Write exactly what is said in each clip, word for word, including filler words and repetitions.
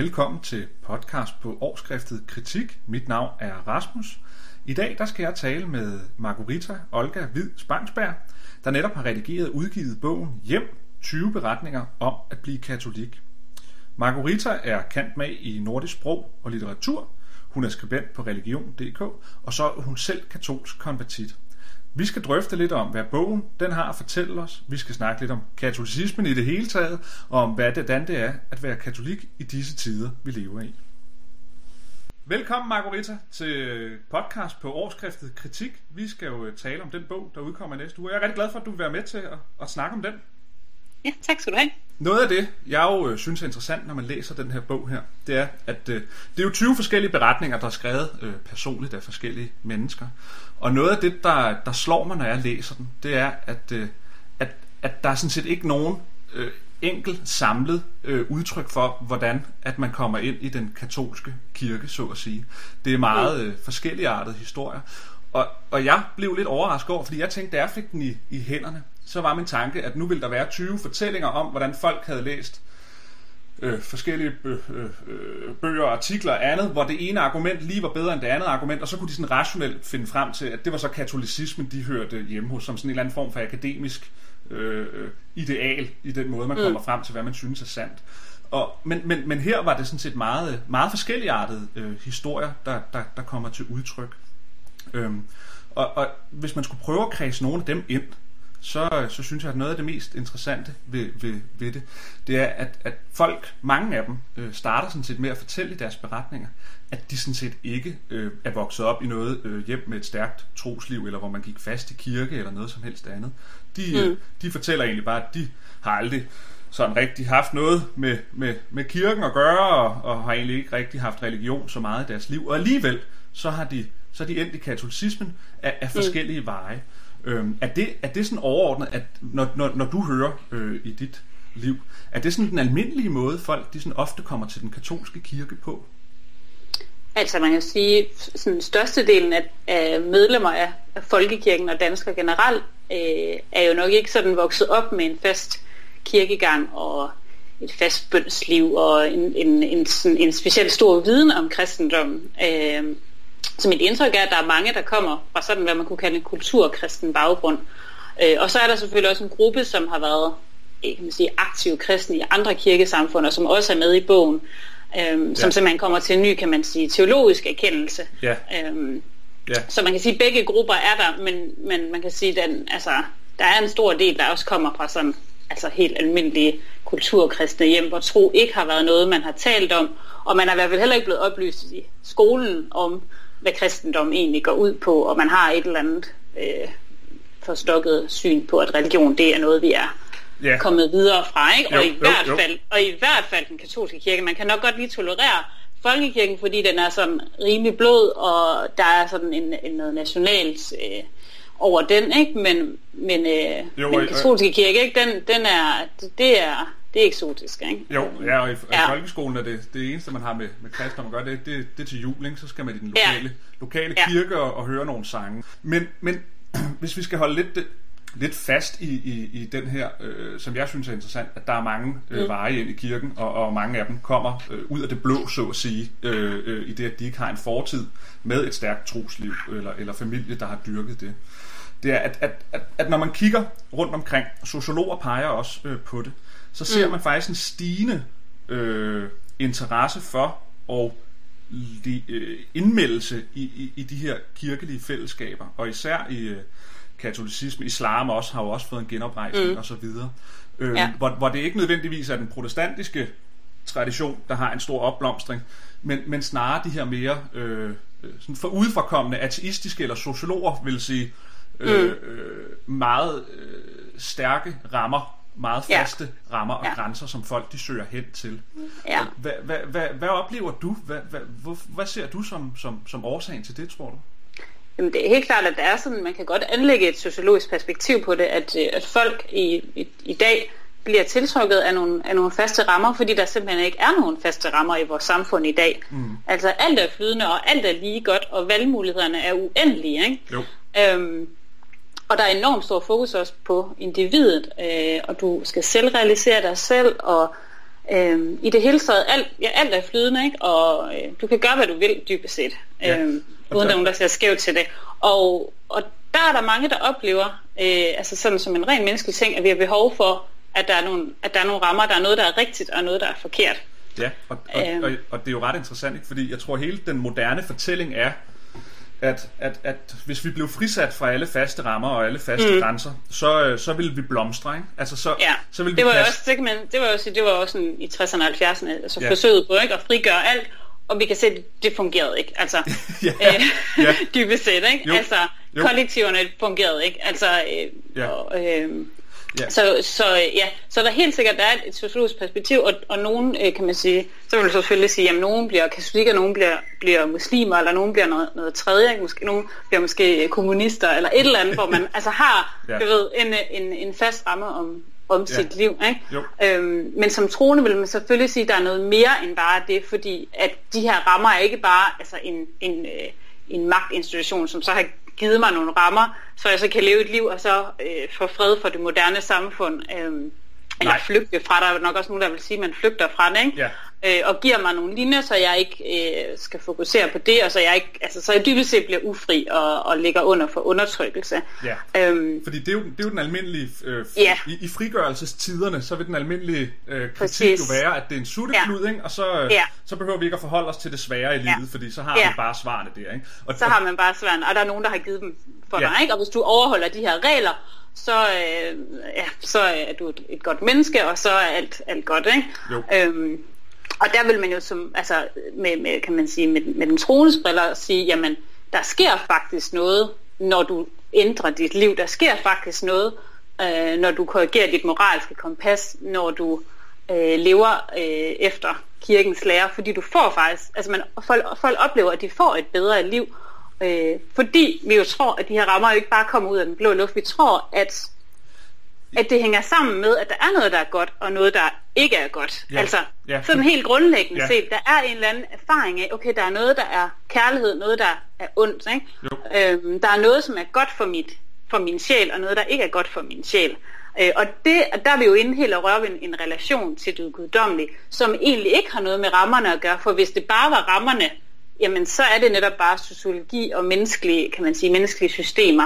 velkommen til podcast på årskriftet Kritik. Mit navn er Rasmus. I dag der skal jeg tale med Margarita Olga Hvid Spangsberg, der netop har redigeret og udgivet bogen Hjem, tyve beretninger om at blive katolik. Margarita er kendt med i nordisk sprog og litteratur. Hun er skribent på religion punktum d k, og så er hun selv katolsk konvertit. Vi skal drøfte lidt om, hvad bogen den har at fortælle os. Vi skal snakke lidt om katolicismen i det hele taget, og om hvad det, det er at være katolik i disse tider, vi lever i. Velkommen, Margarita, til podcast på årskriftet Kritik. Vi skal jo tale om den bog, der udkommer næste uge. Jeg er rigtig glad for, at du vil være med til at, at snakke om den. Ja, tak skal du have. Noget af det, jeg jo synes er interessant, når man læser den her bog her, det er, at øh, det er jo tyve forskellige beretninger, der er skrevet øh, personligt af forskellige mennesker. Og noget af det, der, der slår mig, når jeg læser den, det er, at, øh, at, at der er sådan set ikke nogen øh, enkelt samlet øh, udtryk for, hvordan at man kommer ind i den katolske kirke, så at sige. Det er meget øh, forskelligartede historier. Og, og jeg blev lidt overrasket over, fordi jeg tænkte, da jeg fik den i, i hænderne, så var min tanke, at nu ville der være tyve fortællinger om, hvordan folk havde læst øh, forskellige bø, øh, bøger og artikler og andet, hvor det ene argument lige var bedre end det andet argument, og så kunne de sådan rationelt finde frem til, at det var så katolicismen, de hørte hjemme hos, som sådan en eller anden form for akademisk øh, ideal i den måde, man mm. kommer frem til, hvad man synes er sandt. Og, men, men, men her var det sådan set meget, meget forskelligartede øh, historier, der, der, der kommer til udtryk. Øhm, og, og hvis man skulle prøve at kredse nogle af dem ind, så, så synes jeg, at noget af det mest interessante ved, ved, ved det, det er, at, at folk, mange af dem, øh, starter sådan set med at fortælle i deres beretninger, at de sådan set ikke øh, er vokset op i noget øh, hjem med et stærkt trosliv, eller hvor man gik fast i kirke, eller noget som helst andet. De, mm. øh, de fortæller egentlig bare, at de har aldrig sådan rigtig haft noget med, med, med kirken at gøre, og, og har egentlig ikke rigtig haft religion så meget i deres liv. Og alligevel, så har de, så er de endt i katolicismen af, af forskellige mm. veje. Øhm, er, det, er det sådan overordnet, at når, når, når du hører øh, i dit liv, er det sådan den almindelige måde, folk de sådan ofte kommer til den katolske kirke på? Altså man kan sige, sådan størstedelen af, af medlemmer af, af folkekirken og danskere generelt, øh, er jo nok ikke sådan vokset op med en fast kirkegang og et fast bønsliv og en, en, en, sådan, en specielt stor viden om kristendommen. Øh, Så mit indtryk er, at der er mange, der kommer fra sådan, hvad man kunne kalde en kulturkristen baggrund. Øh, og så er der selvfølgelig også en gruppe, som har været kan man sige, aktive kristne i andre kirkesamfund, og som også er med i bogen, øh, som ja. simpelthen kommer til en ny, kan man sige, teologisk erkendelse. Ja. Øh, ja. Så man kan sige, at begge grupper er der, men, men man kan sige, at den, altså, der er en stor del, der også kommer fra sådan, altså helt almindelige kulturkristne hjem, hvor tro ikke har været noget, man har talt om, og man er i hvert fald heller ikke blevet oplyst i skolen om, hvad kristendom egentlig går ud på, og man har et eller andet øh, forstokket syn på, at religion det er noget, vi er yeah. kommet videre fra, ikke? Og, jo, i hvert jo, jo. Fald, og i hvert fald den katolske kirke, man kan nok godt lige tolerere folkekirken, fordi den er sådan rimelig blød, og der er sådan en, en noget nationalt øh, over den, ikke? Men, men, øh, jo, men den katolske kirke, ikke? Den, den er, det, det er det er eksotisk, ikke? Jo, ja, og i, ja. i folkeskolen er det det eneste, man har med, med kristne, man gør, det, det, det er til jul, ikke? Så skal man i den lokale, ja. lokale ja. kirke og, og høre nogle sange. Men, men hvis vi skal holde lidt, lidt fast i, i, i den her, øh, som jeg synes er interessant, at der er mange øh, mm. veje ind i kirken, og, og mange af dem kommer øh, ud af det blå, så at sige, øh, øh, i det, at de ikke har en fortid med et stærkt trosliv, eller, eller familie, der har dyrket det. Det er, at, at, at, at når man kigger rundt omkring, sociologer peger også øh, på det, så ser mm. man faktisk en stigende øh, interesse for og li, øh, indmeldelse i, i, i de her kirkelige fællesskaber, og især i øh, katolicisme, islam også har jo også fået en genoprejsning mm. og så videre, øh, ja. hvor, hvor det ikke nødvendigvis er den protestantiske tradition, der har en stor opblomstring, men, men snarere de her mere øh, sådan for udefrakommende ateistiske eller sociologer vil sige øh, mm. øh, meget øh, stærke rammer, meget faste ja. rammer og ja. grænser, som folk de søger hen til. Ja. Hvad, hvad, hvad, hvad oplever du? Hvad, hvad, hvad, hvad ser du som, som, som årsagen til det, tror du? Jamen, det er helt klart, at der er sådan, man kan godt anlægge et sociologisk perspektiv på det, at, at folk i, i, i dag bliver tiltrukket af nogle, af nogle faste rammer, fordi der simpelthen ikke er nogen faste rammer i vores samfund i dag. Mm. Altså alt er flydende, og alt er lige godt, og valgmulighederne er uendelige, ikke? Jo. Øhm, Og der er enormt stor fokus også på individet, øh, og du skal selv realisere dig selv, og Øhm, I det hele taget, alt, ja, alt er flydende, ikke? Og øh, du kan gøre, hvad du vil, dybest set, ja. øhm, uden der... nogen, der ser skævt til det. Og, og der er der mange, der oplever, øh, altså sådan som en ren menneskelig ting, at vi har behov for, at der er nogle, at der er nogle rammer, der er noget, der er rigtigt, og noget, der er forkert. Ja, og, og, øhm. og, og det er jo ret interessant, ikke? Fordi jeg tror, hele den moderne fortælling er, At, at, at hvis vi blev frisat fra alle faste rammer og alle faste mm. grænser, så, så ville vi blomstre, ikke? Altså så, ja. så ville det vi var kaste... også, det, kan man, det var også, det var også sådan i tresserne og halvfjerdserne, altså ja. forsøget på, ikke, at frigøre alt, og vi kan se, at det fungerede ikke, altså ja. øh, ja. dybest set, ikke? Jo. Altså jo. kollektiverne fungerede ikke, altså øh, ja. og, øh, ja. Så, så ja, så der helt sikkert der er et sociologisk perspektiv, og, og nogen øh, kan man sige, så vil du selvfølgelig sige, at nogen bliver katolikker, nogen bliver, bliver muslimer, eller nogen bliver noget, noget tredje, ikke? Måske nogen bliver måske kommunister, eller et eller andet, hvor man altså har, ja. du ved, en, en, en fast ramme om, om ja. sit liv, ikke? Øhm, men som troende vil man selvfølgelig sige, at der er noget mere end bare det, fordi at de her rammer er ikke bare altså en, en, øh, en magtinstitution, som så har givet mig nogle rammer, så jeg så kan leve et liv og så øh, få fred for det moderne samfund, øh, eller Nej. flygte fra. Der er nok også nogen, der vil sige, at man flygter fra det, ikke? Ja. Øh, og giver mig nogle linjer, så jeg ikke øh, skal fokusere på det, og så jeg ikke, altså så jeg dybest set bliver ufri og, og ligger under for undertrykkelse. Ja. Øhm, Fordi det er, jo, det er jo den almindelige øh, f- ja. i, i frigørelsestiderne, så vil den almindelige øh, kritik jo være, at det er en sutteklud, ja. ikke? Og så, øh, ja. så behøver vi ikke at forholde os til det svære i livet, ja. fordi så har ja. vi bare svarene der, ikke? Og, så har man bare svarene, og der er nogen, der har givet dem for ja. dig, ikke? Og hvis du overholder de her regler, så, øh, ja, så er du et, et godt menneske, og så er alt, alt godt, ikke? Jo. Øhm, og der vil man jo som, altså, med, med, kan man sige, med, med den troendes briller sige, jamen, der sker faktisk noget, når du ændrer dit liv. Der sker faktisk noget, øh, når du korrigerer dit moralske kompas, når du øh, lever øh, efter kirkens lære, fordi du får faktisk, altså man, folk, folk oplever, at de får et bedre liv, øh, fordi vi jo tror, at de her rammer jo ikke bare kommer ud af den blå luft. Vi tror, at at det hænger sammen med, at der er noget, der er godt, og noget, der ikke er godt. Ja. Altså, ja. sådan helt grundlæggende ja. set, der er en eller anden erfaring af, okay, der er noget, der er kærlighed, noget, der er ondt, ikke? Øhm, der er noget, som er godt for, mit, for min sjæl, og noget, der ikke er godt for min sjæl. Øh, og det, der er vi jo inde helt og røre ved en, en relation til det guddommelige, som egentlig ikke har noget med rammerne at gøre, for hvis det bare var rammerne, jamen så er det netop bare sociologi og menneskelige, kan man sige, menneskelige systemer.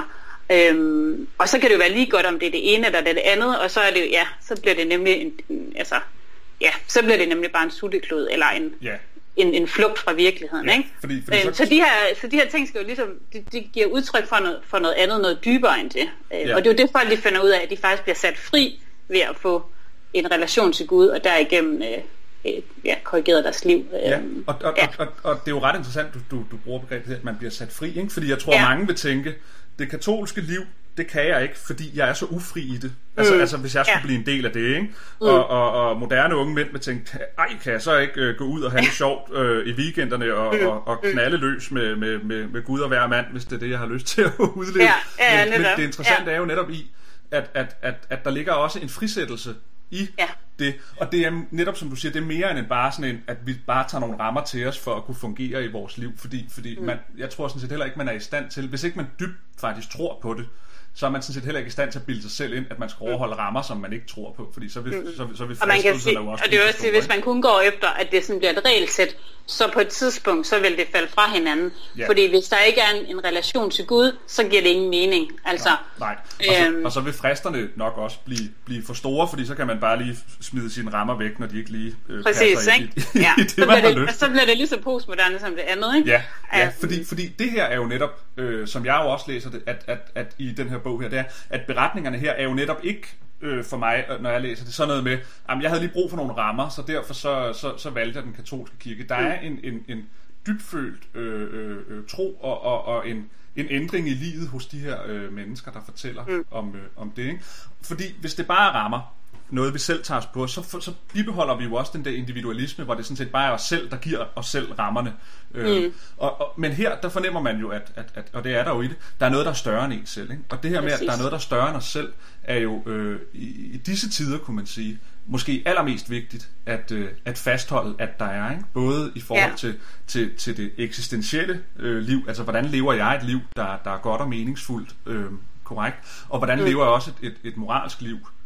Øhm, og så kan det jo være lige godt, om det er det ene eller det, det andet, og så er det jo, ja, så bliver det nemlig en, en, altså, ja, så bliver det nemlig bare en sutteklud, eller en, yeah. en, en flugt fra virkeligheden, ja, ikke? Fordi, fordi øhm, så, de her, så de her ting skal jo ligesom, de, de giver udtryk for noget, for noget andet, noget dybere end det. Øhm, ja. Og det er jo det, folk de finder ud af, at de faktisk bliver sat fri ved at få en relation til Gud, og derigennem øh, ja, korrigeret deres liv. Ja, og, og, ja. Og, og, og det er jo ret interessant, du, du, du bruger begrebet, at man bliver sat fri, ikke? Fordi jeg tror, ja. mange vil tænke, det katolske liv, det kan jeg ikke, fordi jeg er så ufri i det. Altså, mm. altså hvis jeg skulle ja. blive en del af det, ikke? Mm. Og, og, og moderne unge mænd vil tænke, ej, kan jeg så ikke uh, gå ud og have det sjovt uh, i weekenderne og, mm. og, og knalde løs med, med, med, med Gud og hver mand, hvis det er det, jeg har lyst til at udleve. Ja, ja, men, men det interessante ja. er jo netop i, at, at, at, at der ligger også en frisættelse i ja. det. Og det er netop, som du siger, det er mere end bare sådan en, at vi bare tager nogle rammer til os for at kunne fungere i vores liv. Fordi, fordi mm. man, jeg tror sådan set heller ikke, man er i stand til, hvis ikke man dybt faktisk tror på det, så er man sådan set heller ikke i stand til at bilde sig selv ind, at man skal overholde rammer, som man ikke tror på, fordi så vil, mm. så, så vil fristelsen jo også. Og det er også sige, hvis man kun går efter, at det sådan bliver et regelsæt, så på et tidspunkt, så vil det falde fra hinanden. Ja. Fordi hvis der ikke er en, en relation til Gud, så giver det ingen mening. Altså, nej, nej. Og, så, øhm, og så vil fristerne nok også blive, blive for store, fordi så kan man bare lige smide sine rammer væk, når de ikke lige øh, præcis, passer ikke? i, i, ja. i det, så man har det, lyst. Så bliver det lige så postmoderne som det andet, ikke? Ja, ja altså, fordi, fordi det her er jo netop, øh, som jeg jo også læser det, at, at, at i den her bog her, det er, at beretningerne her er jo netop ikke øh, for mig, når jeg læser det, sådan noget med, jamen jeg havde lige brug for nogle rammer, så derfor så, så, så valgte jeg den katolske kirke. Der er en, en, en dybfølt øh, øh, tro og, og, og en, en ændring i livet hos de her øh, mennesker, der fortæller mm. om, øh, om det, ikke? Fordi hvis det bare rammer noget, vi selv tager os på, så, for, så bibeholder vi jo også den der individualisme, hvor det sådan set bare er os selv, der giver os selv rammerne. Mm. Øh, og, og, men her, der fornemmer man jo, at, at, at, og det er der jo i det, der er noget, der er større end en selv, ikke? Og det her med, at der er noget, der er større end os selv, er jo øh, i, i disse tider, kunne man sige, måske allermest vigtigt at, øh, at fastholde, at der er, ikke? Både i forhold ja. til, til, til det eksistentielle øh, liv, altså hvordan lever jeg et liv, der, der er godt og meningsfuldt, øh, korrekt, og hvordan mm. lever jeg også et, et, et moralsk liv,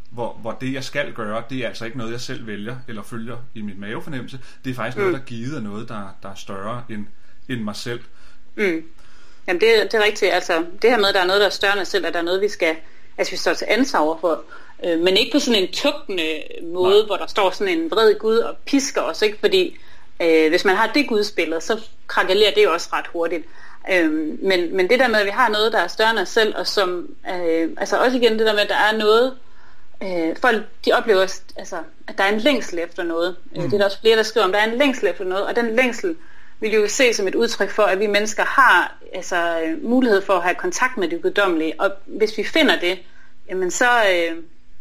hvor, hvor det jeg skal gøre, det er altså ikke noget jeg selv vælger eller følger i min mavefornemmelse. Det er faktisk mm. noget der er givet af noget der, der er større end, end mig selv. Mm. Jamen det, det er rigtigt. Altså det her med at der er noget der er større end os selv, at der er noget vi skal, altså vi står til ansvar overfor, øh, men ikke på sådan en tugtende måde. Nej. Hvor der står sådan en vred Gud og pisker os, ikke? Fordi øh, hvis man har det gudsbillede, så krakelerer det jo også ret hurtigt. øh, men, men det der med at vi har noget der er større end os selv, og som øh, altså også igen det der med at der er noget, øh, folk de oplever altså, at der er en længsel efter noget. mm. Det er der også flere der skriver om, der er en længsel efter noget, og den længsel vil jo se som et udtryk for, at vi mennesker har altså, mulighed for at have kontakt med det guddommelige. Og hvis vi finder det, jamen så, øh,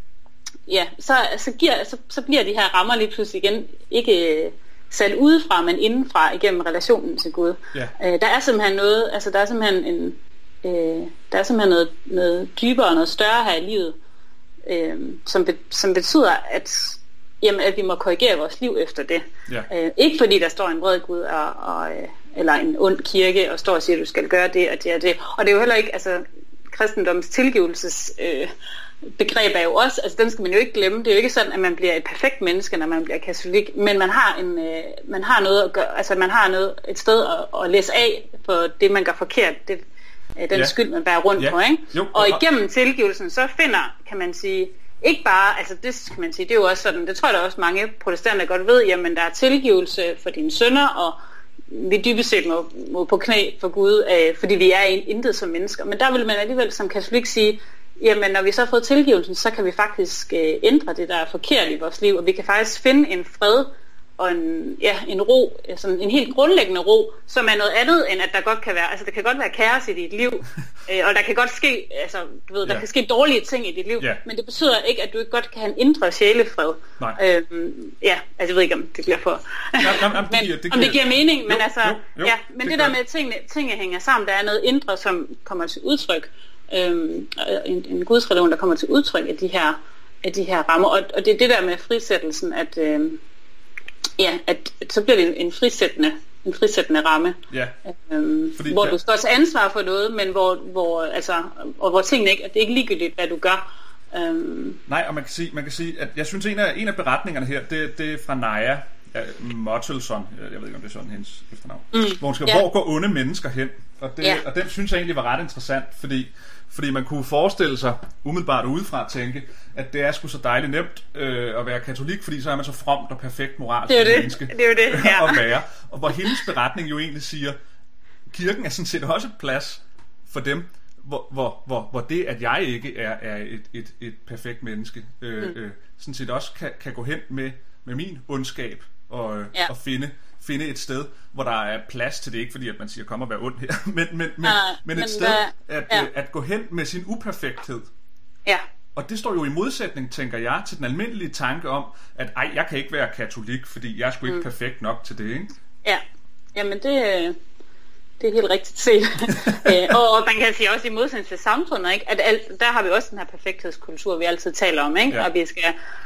ja, så, så, giver, så, så bliver de her rammer lige pludselig igen ikke øh, sat udefra, men indenfra igennem relationen til Gud. Yeah. Øh, der er simpelthen noget, altså der er simpelthen en, øh, der er simpelthen noget, noget dybere og noget større her i livet, øh, som, be, som betyder, at jamen, at vi må korrigere vores liv efter det. Ja. Øh, ikke fordi der står en vred Gud og, og, eller en ond kirke og står og siger, at du skal gøre det og det og det. Og det er jo heller ikke, altså kristendoms tilgivelses øh, begreb er jo også, altså den skal man jo ikke glemme. Det er jo ikke sådan, at man bliver et perfekt menneske, når man bliver katolik, men man har en, øh, man har noget at gøre, altså man har noget et sted at, at læse af på det man gør forkert. Det, øh, den ja. skyld man bærer rundt ja. på, ikke? Jo. Og igennem tilgivelsen så finder, kan man sige, ikke bare, altså det kan man sige, det er jo også sådan, det tror jeg da også mange protestanter godt ved, jamen der er tilgivelse for dine synder, og vi dybest set må, må på knæ for Gud, øh, fordi vi er intet som mennesker. Men der vil man alligevel som katolik sige, jamen når vi så har fået tilgivelsen, så kan vi faktisk øh, ændre det, der er forkert i vores liv, og vi kan faktisk finde en fred og en, ja, en ro, altså en helt grundlæggende ro, som er noget andet end at der godt kan være, altså der kan godt være kaos i dit liv, øh, og der kan godt ske, altså du ved, der yeah. kan ske dårlige ting i dit liv, yeah. men det betyder ikke, at du ikke godt kan have en indre sjælefred. Øhm, ja, altså jeg ved ikke om det bliver for, jamen, jamen, det giver, det giver, om det giver mening, jo, men altså, jo, jo, ja, men det, det der med at tingene, tingene hænger sammen, der er noget indre, som kommer til udtryk, øhm, en, en gudsreligion, der kommer til udtryk af de her, af de her rammer, og, og det er det der med frisættelsen, at øhm, ja, at, at så bliver det en, en frisættende en frisættende ramme, ja. øhm, Fordi, hvor ja. du står til ansvar for noget, men hvor, hvor altså, og hvor tingene ikke, at det er ikke ligegyldigt, hvad du gør. Øhm. Nej, og man kan sige, man kan sige, at jeg synes en af en af beretningerne her, det, det er fra Naja Mottelson, jeg ved ikke om det er sådan hendes efternavn, mm. hvor hun skal, ja. hvor går onde mennesker hen, og, det, ja. og den synes jeg egentlig var ret interessant, fordi fordi man kunne forestille sig umiddelbart udefra at tænke, at det er sgu så dejligt nemt øh, at være katolik, fordi så er man så fromt og perfekt moralsk det det. menneske det er det. Ja. at være. Og hvor hendes beretning jo egentlig siger, kirken er sådan set også et plads for dem, hvor, hvor, hvor, hvor det, at jeg ikke er, er et, et, et perfekt menneske, øh, mm. øh, sådan set også kan, kan gå hen med, med min ondskab og, ja. og finde finde et sted, hvor der er plads til det, ikke fordi at man siger, kom og vær ond her, men, men, men, uh, men et men sted, der, at, ja. at, at gå hen med sin uperfekthed. Ja. Og det står jo i modsætning, tænker jeg, til den almindelige tanke om, at ej, jeg kan ikke være katolik, fordi jeg er sgu ikke mm. perfekt nok til det, ikke? Ja, jamen det, det er helt rigtigt set. og, og man kan sige også i modsætning til samfundet, ikke? At alt, der har vi også den her perfekthedskultur, vi altid taler om, ikke? Ja. Og vi skal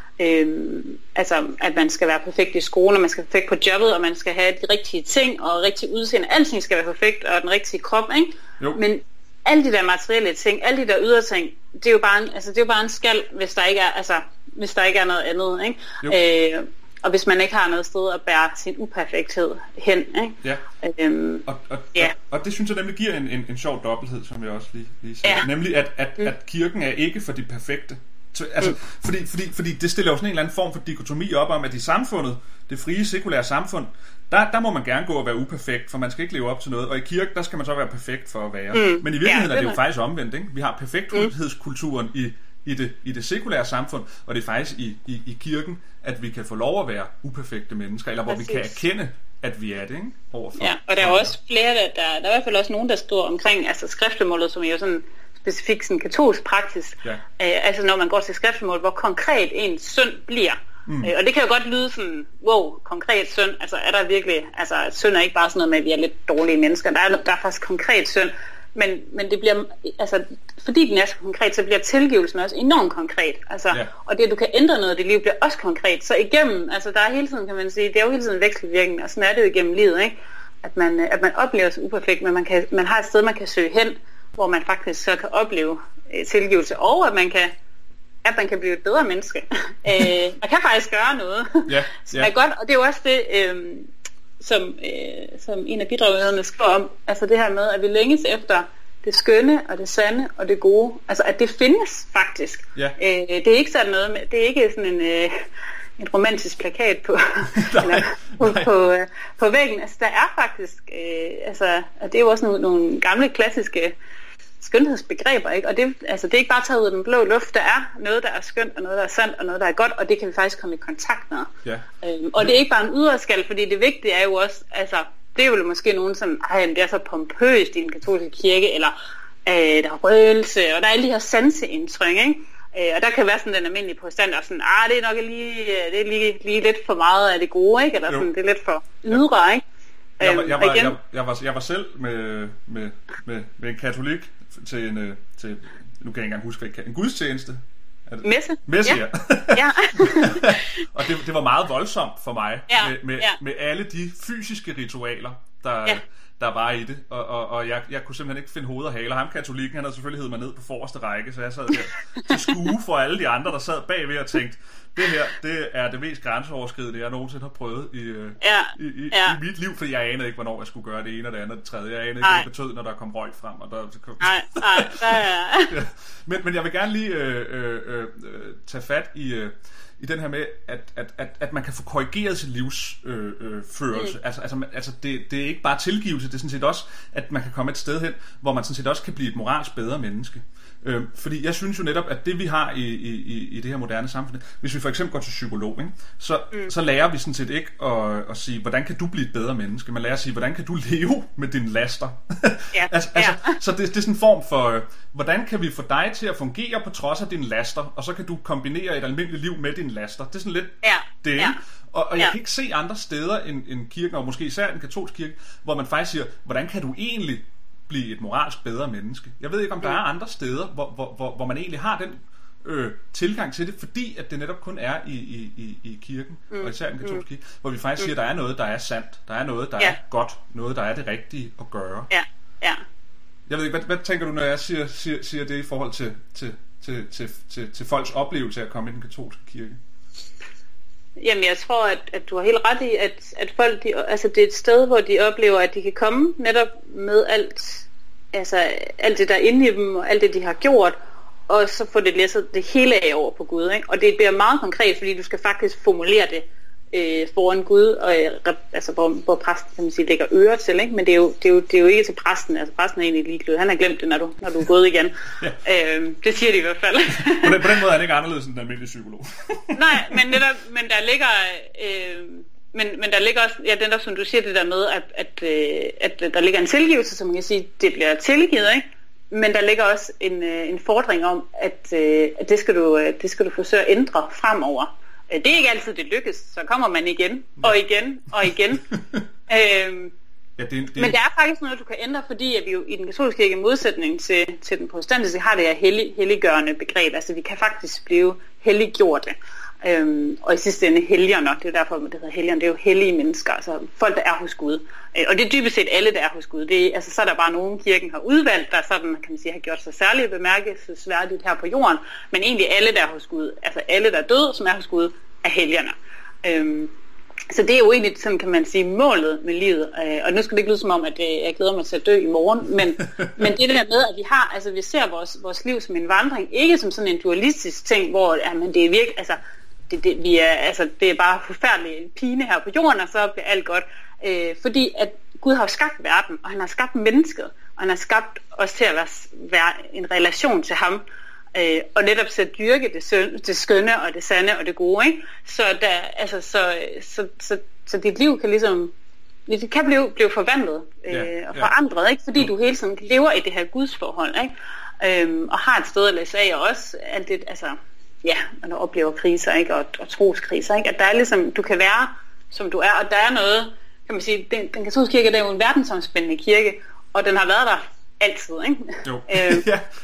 Øhm, altså at man skal være perfekt i skolen, og man skal være perfekt på jobbet, og man skal have de rigtige ting og rigtig udseende, alting skal være perfekt, og den rigtige krop, ikke? Jo. Men alle de der materielle ting, alle de der ydre ting, det er jo bare en, altså det er jo bare en skal, hvis der ikke er, altså hvis der ikke er noget andet, ikke? Øh, og hvis man ikke har noget sted at bære sin uperfekthed hen, ikke? Ja. Øhm, og, og, ja. Og, og det synes jeg nemlig giver en, en, en sjov dobbelthed, som jeg også lige, lige sagde, ja. Nemlig at, at, mm. at kirken er ikke for de perfekte. Altså, mm. fordi, fordi, fordi det stiller jo sådan en eller anden form for dikotomi op om, at i samfundet, det frie, sekulære samfund, der, der må man gerne gå og være uperfekt, for man skal ikke leve op til noget. Og i kirke, der skal man så være perfekt for at være. Mm. Men i virkeligheden ja, er det jo faktisk omvendt, ikke? Vi har perfekthedskulturen mm. i, i, det, i det sekulære samfund, og det er faktisk i, i, i kirken, at vi kan få lov at være uperfekte mennesker, eller hvor Præcis. vi kan erkende, at vi er det, ikke? Overfor. Ja, og der er også flere, der, der, der er i hvert fald også nogen, der står omkring, altså skriftemålet, som er jo sådan specifikt sådan katolsk praksis, ja. øh, altså når man går til skriftemål, hvor konkret en synd bliver. Mm. Øh, og det kan jo godt lyde sådan, wow, konkret synd, altså er der virkelig, altså synd er ikke bare sådan noget med, at vi er lidt dårlige mennesker, der er, der er faktisk konkret synd, men, men det bliver, altså fordi den er så konkret, så bliver tilgivelsen også enormt konkret, altså, ja. Og det at du kan ændre noget i dit liv, bliver også konkret, så igennem, altså der er hele tiden, kan man sige, det er jo hele tiden vekselvirkende, og sådan er det jo igennem livet, ikke? At man, at man oplever sig uperfekt, men man, kan, man har et sted, man kan søge hen, hvor man faktisk så kan opleve øh, tilgivelse, og at man kan at man kan blive et bedre menneske. øh, man kan faktisk gøre noget, ja, som ja. er godt, og det er jo også det, øh, som, øh, som en af bidragyderne skriver om, altså det her med, at vi længes efter det skønne og det sande og det gode, altså at det findes faktisk. Ja. Øh, det er ikke sådan noget med, det er ikke sådan en, øh, en romantisk plakat på, eller, på, på, øh, på væggen. Altså der er faktisk, øh, altså, og det er jo også nogle, nogle gamle klassiske skønhedsbegreber, ikke? Og det, altså, det er ikke bare taget ud af den blå luft. Der er noget, der er skønt, og noget, der er sandt, og noget, der er godt, og det kan vi faktisk komme i kontakt med. Ja. Øhm, og det er ikke bare en yderskal, fordi det vigtige er jo også, altså, det er jo måske nogen som, ej, det er så pompøst i den katolske kirke, eller øh, der er røgelse, og der er alle de her sanseindtryk, ikke? Øh, og der kan være sådan den almindelige påstand, og sådan, ah, det er nok lige, det er lige, lige lidt for meget af det gode, ikke? Eller sådan, det er lidt for ydre, ikke? Jeg var, jeg, var, jeg, jeg, var, jeg var selv med, med, med, med en katolik til en, til, nu kan jeg ikke engang huske, en gudstjeneste. Messe. Messe, ja. ja. Og det, det var meget voldsomt for mig, ja, med, med, ja. med alle de fysiske ritualer, der, ja. der var i det. Og, og, og jeg, jeg kunne simpelthen ikke finde hoved og hale. Ham katolikken, han havde selvfølgelig heddet mig ned på forreste række, så jeg sad der til skue for alle de andre, der sad bagved og tænkte, det her, det er det mest grænseoverskridende, jeg nogensinde har prøvet i, ja. i, i, ja. i mit liv, for jeg anede ikke, hvornår jeg skulle gøre det ene og det andet og det tredje. Jeg anede ikke, hvad det betød, når der kom røg frem. Og der, nej, nej, nej. ja. men, men jeg vil gerne lige øh, øh, øh, tage fat i, øh, i den her med, at, at, at, at man kan få korrigeret sin livsførelse. Øh, øh, førelse. mm. Altså, altså, altså det, det er ikke bare tilgivelse, det er sådan set også, at man kan komme et sted hen, hvor man sådan set også kan blive et moralsk bedre menneske. Øh, fordi jeg synes jo netop, at det vi har i, i, i det her moderne samfund, hvis vi for eksempel går til psykolog, ikke, så, mm. så lærer vi sådan set ikke at, at sige, hvordan kan du blive et bedre menneske? Man lærer at sige, hvordan kan du leve med dine laster? Ja. altså, altså, ja. Så det, det er sådan en form for, hvordan kan vi få dig til at fungere på trods af dine laster, og så kan du kombinere et almindeligt liv med dine laster. Det er sådan lidt ja. det, ja. Og, og jeg ja. kan ikke se andre steder end, end kirken, og måske især den katolske kirke, hvor man faktisk siger, hvordan kan du egentlig blive et moralsk bedre menneske? Jeg ved ikke, om der er andre steder, hvor, hvor, hvor, hvor man egentlig har den øh, tilgang til det, fordi at det netop kun er i, i, i, i kirken, mm. og især den katolske kirke, hvor vi faktisk mm. siger, at der er noget, der er sandt, der er noget, der ja. er godt, noget, der er det rigtige at gøre. Ja, ja. Jeg ved ikke, hvad, hvad tænker du, når jeg siger, siger, siger det i forhold til, til, til, til, til, til folks oplevelse af at komme i den katolske kirke? Jamen, jeg tror, at, at du har helt ret i, at, at folk, de, altså det er et sted, hvor de oplever, at de kan komme netop med alt, altså alt det der inde i dem, og alt det, de har gjort, og så få det læsset det hele af over på Gud, ikke? Og det bliver meget konkret, fordi du skal faktisk formulere det øh, foran Gud, og, øh, altså hvor, hvor præsten, kan man sige, lægger ører til, ikke? Men det er, jo, det, er jo, det er jo ikke til præsten, altså præsten er egentlig ligeglad, han har glemt det, når du, når du er gået igen. Ja. Øh, det siger de i hvert fald. på, den, på den måde er han ikke anderledes end den almindelige psykolog. Nej, men, netop, men der ligger... Øh, Men, men der ligger også, ja, den der, som du siger, det der med, at, at, at, at der ligger en tilgivelse, som man kan sige, det bliver tilgivet, ikke? Men der ligger også en, en fordring om, at, at det, skal du, det skal du forsøge at ændre fremover. Det er ikke altid, det lykkes, så kommer man igen, og igen, og igen. øhm, ja, det, det... Men der er faktisk noget, du kan ændre, fordi at vi jo i den katolske kirke, i modsætning til, til den protestantiske, har det her hellig, helliggørende begreb. Altså vi kan faktisk blive helliggjorte. Øhm, og i sidste ende helgener, det er derfor det hedder helgener, det er jo hellige mennesker, altså folk der er hos Gud, øh, og det er dybest set alle der er hos Gud. Det er, altså så er der bare nogen kirken har udvalgt, der sådan kan man sige har gjort sig særligt bemærkelsesværdigt her på jorden, men egentlig alle der er hos Gud, altså alle der er døde, som er hos Gud, er helgener. Øhm, så det er jo egentlig sådan, kan man sige, målet med livet, øh, og nu skal det ikke lyde som om, at øh, jeg glæder mig til at dø i morgen, men, men det der med, at vi har, altså vi ser vores, vores liv som en vandring, ikke som sådan en dualistisk ting, hvor jamen, det er virkelig, altså Det, det, vi er, altså, det er bare forfærdelig pine her på jorden, og så bliver alt godt. Øh, fordi at Gud har skabt verden, og han har skabt mennesket, og han har skabt os til at være, være en relation til ham, øh, og netop til at dyrke det, søn, det skønne, og det sande, og det gode. Ikke? Så, der, altså, så, så, så, så dit liv kan ligesom, det kan blive, blive forvandlet øh, ja, og forandret, ja. Ikke? Fordi du hele tiden lever i det her gudsforhold, ikke? Øhm, og har et sted at læse af, og også alt det, altså ja, og du oplever kriser, ikke, og, og troskriser, ikke, at der er ligesom, du kan være, som du er, og der er noget, kan man sige, den, den katolske kirke, det er jo en verdensomspændende kirke, og den har været der altid, ikke? Jo, øhm, ja.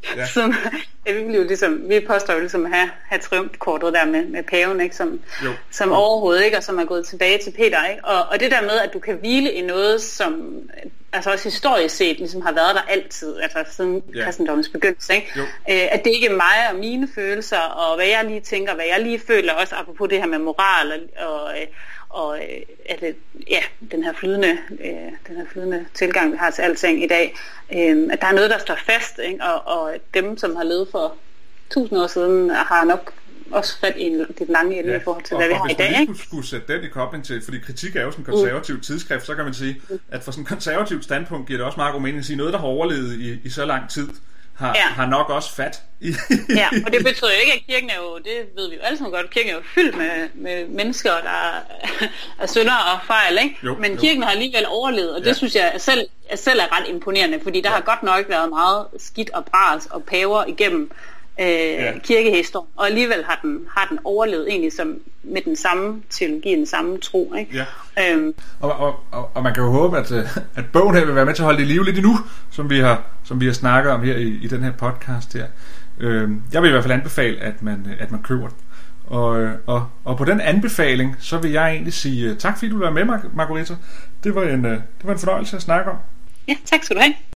Ja. Som, ja, vi, vil jo ligesom, vi påstår jo ligesom at have, have triumfkortet der med, med paven, ikke? Som, som overhovedet, ikke? Og som er gået tilbage til Peter. Ikke? Og, og det der med, at du kan hvile i noget, som altså også historisk set ligesom har været der altid, altså siden ja. kristendommens begyndelse, ikke? Øh, at det ikke er mig og mine følelser, og hvad jeg lige tænker, hvad jeg lige føler, også apropos det her med moral og, og og er det, ja, den her flydende, øh, den her flydende tilgang, vi har til alting i dag, øh, at der er noget, der står fast, ikke? Og, og dem, som har levet for tusind år siden, har nok også fat i det lange ende ja, i forhold til, hvad vi har i dag. Hvis man lige skulle sætte den i kobling til, fordi kritik er jo sådan en konservativ mm. tidsskrift, så kan man sige, at for sådan en konservativt standpunkt giver det også meget god mening at sige, noget, der har overlevet i, i så lang tid, Har, ja. har nok også fat i. Ja, og det betyder jo ikke, at kirken er jo, det ved vi jo alle sammen godt, kirken er jo fyldt med, med mennesker, der er synder og fejl, ikke? Jo, men kirken jo. har alligevel overlevet, og det ja. synes jeg selv, jeg selv er ret imponerende, fordi der ja. har godt nok været meget skidt og bras og paver igennem øh, ja. kirkehistorien, og alligevel har den, har den overlevet egentlig som, med den samme teologi, den samme tro, ikke? Ja. Øhm. Og, og, og, og man kan jo håbe, at, at bogen her vil være med til at holde det i live lidt endnu, som vi har, som vi har snakket om her i, i den her podcast her. Øhm, jeg vil i hvert fald anbefale, at man, at man køber den. Og, og, og på den anbefaling, så vil jeg egentlig sige tak, fordi du var med, Margareta. Det var en, det var en fornøjelse at snakke om. Ja, tak skal du have.